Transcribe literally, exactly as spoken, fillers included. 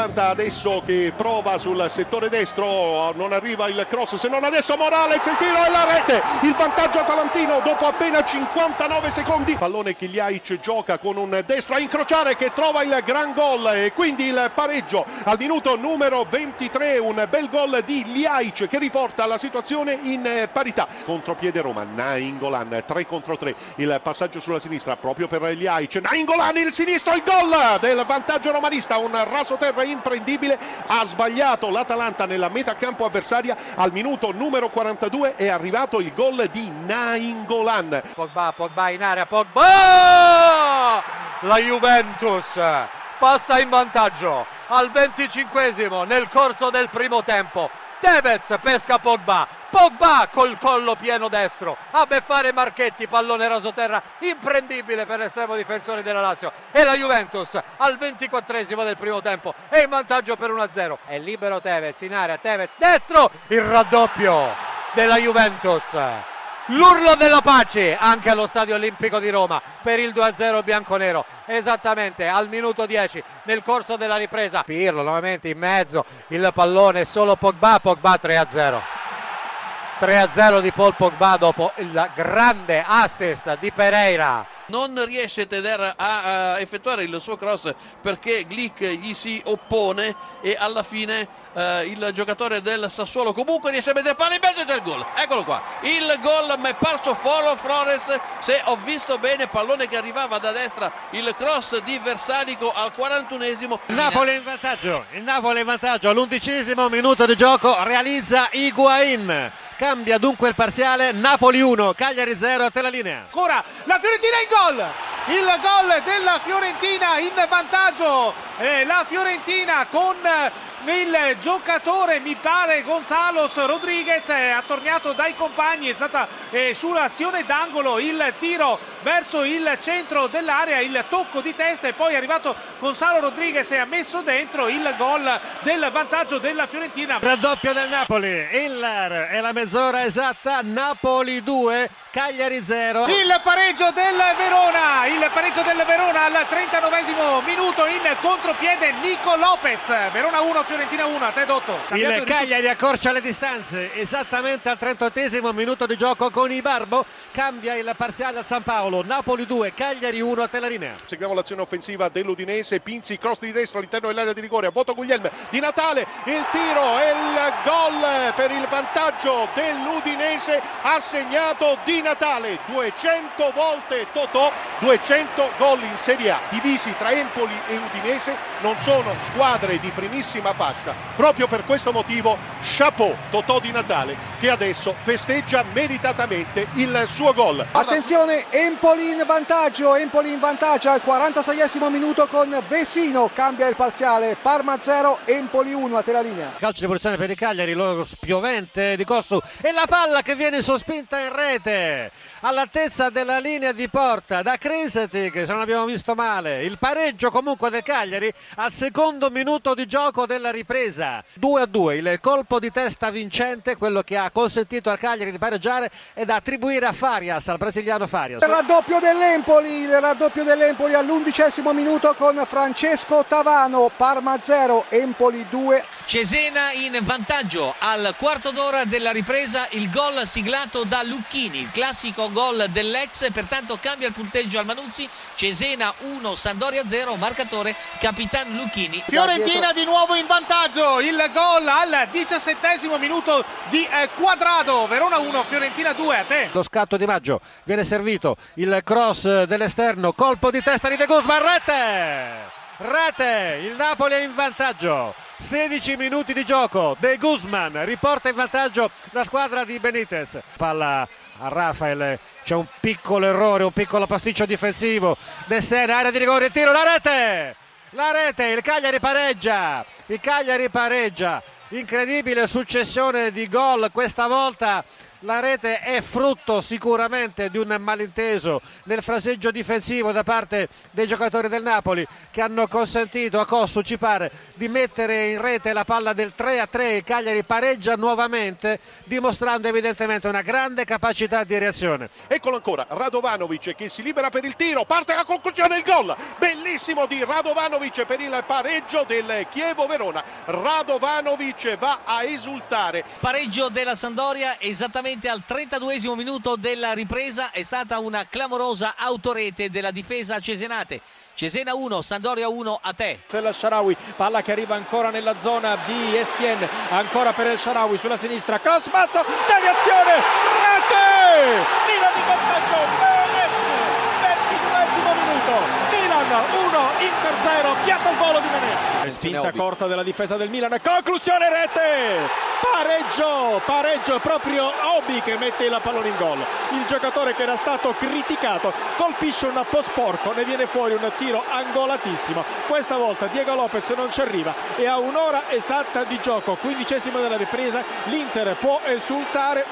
l'Atalanta adesso che prova sul settore destro, non arriva il cross se non adesso Morales, il tiro e la rete, il vantaggio atalantino dopo appena cinquantanove secondi. Pallone che Ljajic gioca con un destro a incrociare che trova il gran gol e quindi il pareggio al minuto numero ventitré, un bel gol di Ljajic che riporta la situazione in parità. Contropiede Roma, Nainggolan tre contro tre, il passaggio sulla sinistra proprio per Ljajic, Nainggolan il sinistro, il gol del vantaggio romanista, un rasoterra imprendibile. Ha sbagliato l'Atalanta nella metà campo avversaria, al minuto numero quarantadue è arrivato il gol di Nainggolan. Pogba, Pogba in area, Pogba! La Juventus passa in vantaggio al venticinquesimo nel corso del primo tempo. Tevez pesca Pogba, Pogba col collo pieno destro a beffare Marchetti, pallone rasoterra imprendibile per l'estremo difensore della Lazio e la Juventus al ventiquattresimo del primo tempo è in vantaggio per uno a zero. È libero Tevez in area, Tevez destro, il raddoppio della Juventus. L'urlo della pace anche allo Stadio Olimpico di Roma per il due a zero bianconero, esattamente al minuto dieci nel corso della ripresa. Pirlo nuovamente in mezzo, il pallone solo Pogba, Pogba tre a zero. tre a zero di Paul Pogba dopo il grande assist di Pereira. Non riesce Teder a, a effettuare il suo cross perché Glick gli si oppone e alla fine uh, il giocatore del Sassuolo comunque riesce a mettere palla in mezzo e c'è il gol. Eccolo qua, il gol mi è parso Foro Flores, se ho visto bene, pallone che arrivava da destra, il cross di Versalico al quarantunesimo. Il Napoli in vantaggio, il Napoli in vantaggio all'undicesimo minuto di gioco, realizza Higuain. Cambia dunque il parziale, Napoli uno, Cagliari zero, a te la linea. Ancora la Fiorentina in gol, il gol della Fiorentina in vantaggio, eh, la Fiorentina con il giocatore, mi pare Gonzalos Rodriguez, è attorniato dai compagni, è stata eh, sull'azione d'angolo, il tiro verso il centro dell'area, il tocco di testa e poi è arrivato Gonzalo Rodriguez e ha messo dentro il gol del vantaggio della Fiorentina. Raddoppio del Napoli, Illar è la mezz'ora esatta, Napoli due, Cagliari zero. Il pareggio del Verona, il pareggio del Verona al trentanovesimo minuto in contropiede Nico Lopez, Verona uno, Fiorentina uno, a te Dotto. Cambiato il Cagliari accorcia le distanze esattamente al trentottesimo minuto di gioco con Ibarbo, cambia il parziale al San Paolo, Napoli due, Cagliari uno, a te la linea. Seguiamo l'azione offensiva dell'Udinese, Pinzi, cross di destra all'interno dell'area di rigore, a voto Guglielmi, Di Natale, il tiro e il gol per il vantaggio dell'Udinese, ha segnato Di Natale, duecento volte Totò, duecento gol in Serie A, divisi tra Empoli e Udinese, non sono squadre di primissima fascia, proprio per questo motivo chapeau Totò Di Natale che adesso festeggia meritatamente il suo gol. Attenzione, Empoli in vantaggio, Empoli in vantaggio al quarantaseiesimo minuto con Vesino, cambia il parziale, Parma zero, Empoli uno, a te la linea. Calcio di punizione per i Cagliari, loro spiovente di Cossu e la palla che viene sospinta in rete all'altezza della linea di porta da Krisetic, se non abbiamo visto male. Il pareggio comunque del Cagliari al secondo minuto di gioco della ripresa, due a due, il colpo di testa vincente, quello che ha consentito al Cagliari di pareggiare e da attribuire a Farias, al brasiliano Farias. Il raddoppio dell'Empoli, il raddoppio dell'Empoli all'undicesimo minuto con Francesco Tavano, Parma zero, Empoli due. Cesena in vantaggio al quarto d'ora della ripresa, il gol siglato da Lucchini, il classico gol dell'ex, pertanto cambia il punteggio al Manuzzi, Cesena uno, Sampdoria zero, marcatore Capitan Lucchini. Fiorentina di nuovo in vantaggio, il gol al diciassettesimo minuto di eh, Quadrado, Verona uno, Fiorentina due, a te. Lo scatto di Maggio, viene servito il cross dell'esterno, colpo di testa di De Guzman, rete! Rete, il Napoli è in vantaggio, sedici minuti di gioco, De Guzman riporta in vantaggio la squadra di Benitez, palla a Rafael, c'è un piccolo errore, un piccolo pasticcio difensivo, De Sena, area di rigore, tiro, la rete, la rete, il Cagliari pareggia, il Cagliari pareggia, incredibile successione di gol, questa volta La rete è frutto sicuramente di un malinteso nel fraseggio difensivo da parte dei giocatori del Napoli, che hanno consentito a Cossu, ci pare, di mettere in rete la palla del tre a tre. Il Cagliari pareggia nuovamente, dimostrando evidentemente una grande capacità di reazione. Eccolo ancora, Radovanovic che si libera per il tiro, parte la conclusione, il gol bellissimo di Radovanovic per il pareggio del Chievo Verona. Radovanovic va a esultare. Pareggio della Sampdoria esattamente al trentaduesimo minuto della ripresa. È stata una clamorosa autorete della difesa cesenate. Cesena uno, Sampdoria uno, a te. El Shaarawy, palla che arriva ancora nella zona di Essien, ancora per El Shaarawy sulla sinistra, cross basso, deviazione, rete! Milan di vantaggio, Menez, ventiduesimo minuto. Milan uno, Inter zero, piatto al volo di Menez. Spinta corta della difesa del Milan, conclusione, rete! Pareggio, pareggio, proprio Obi che mette il pallone in gol. Il giocatore che era stato criticato colpisce un po' sporco, ne viene fuori un tiro angolatissimo. Questa volta Diego Lopez non ci arriva e a un'ora esatta di gioco, quindicesimo della ripresa, l'Inter può esultare.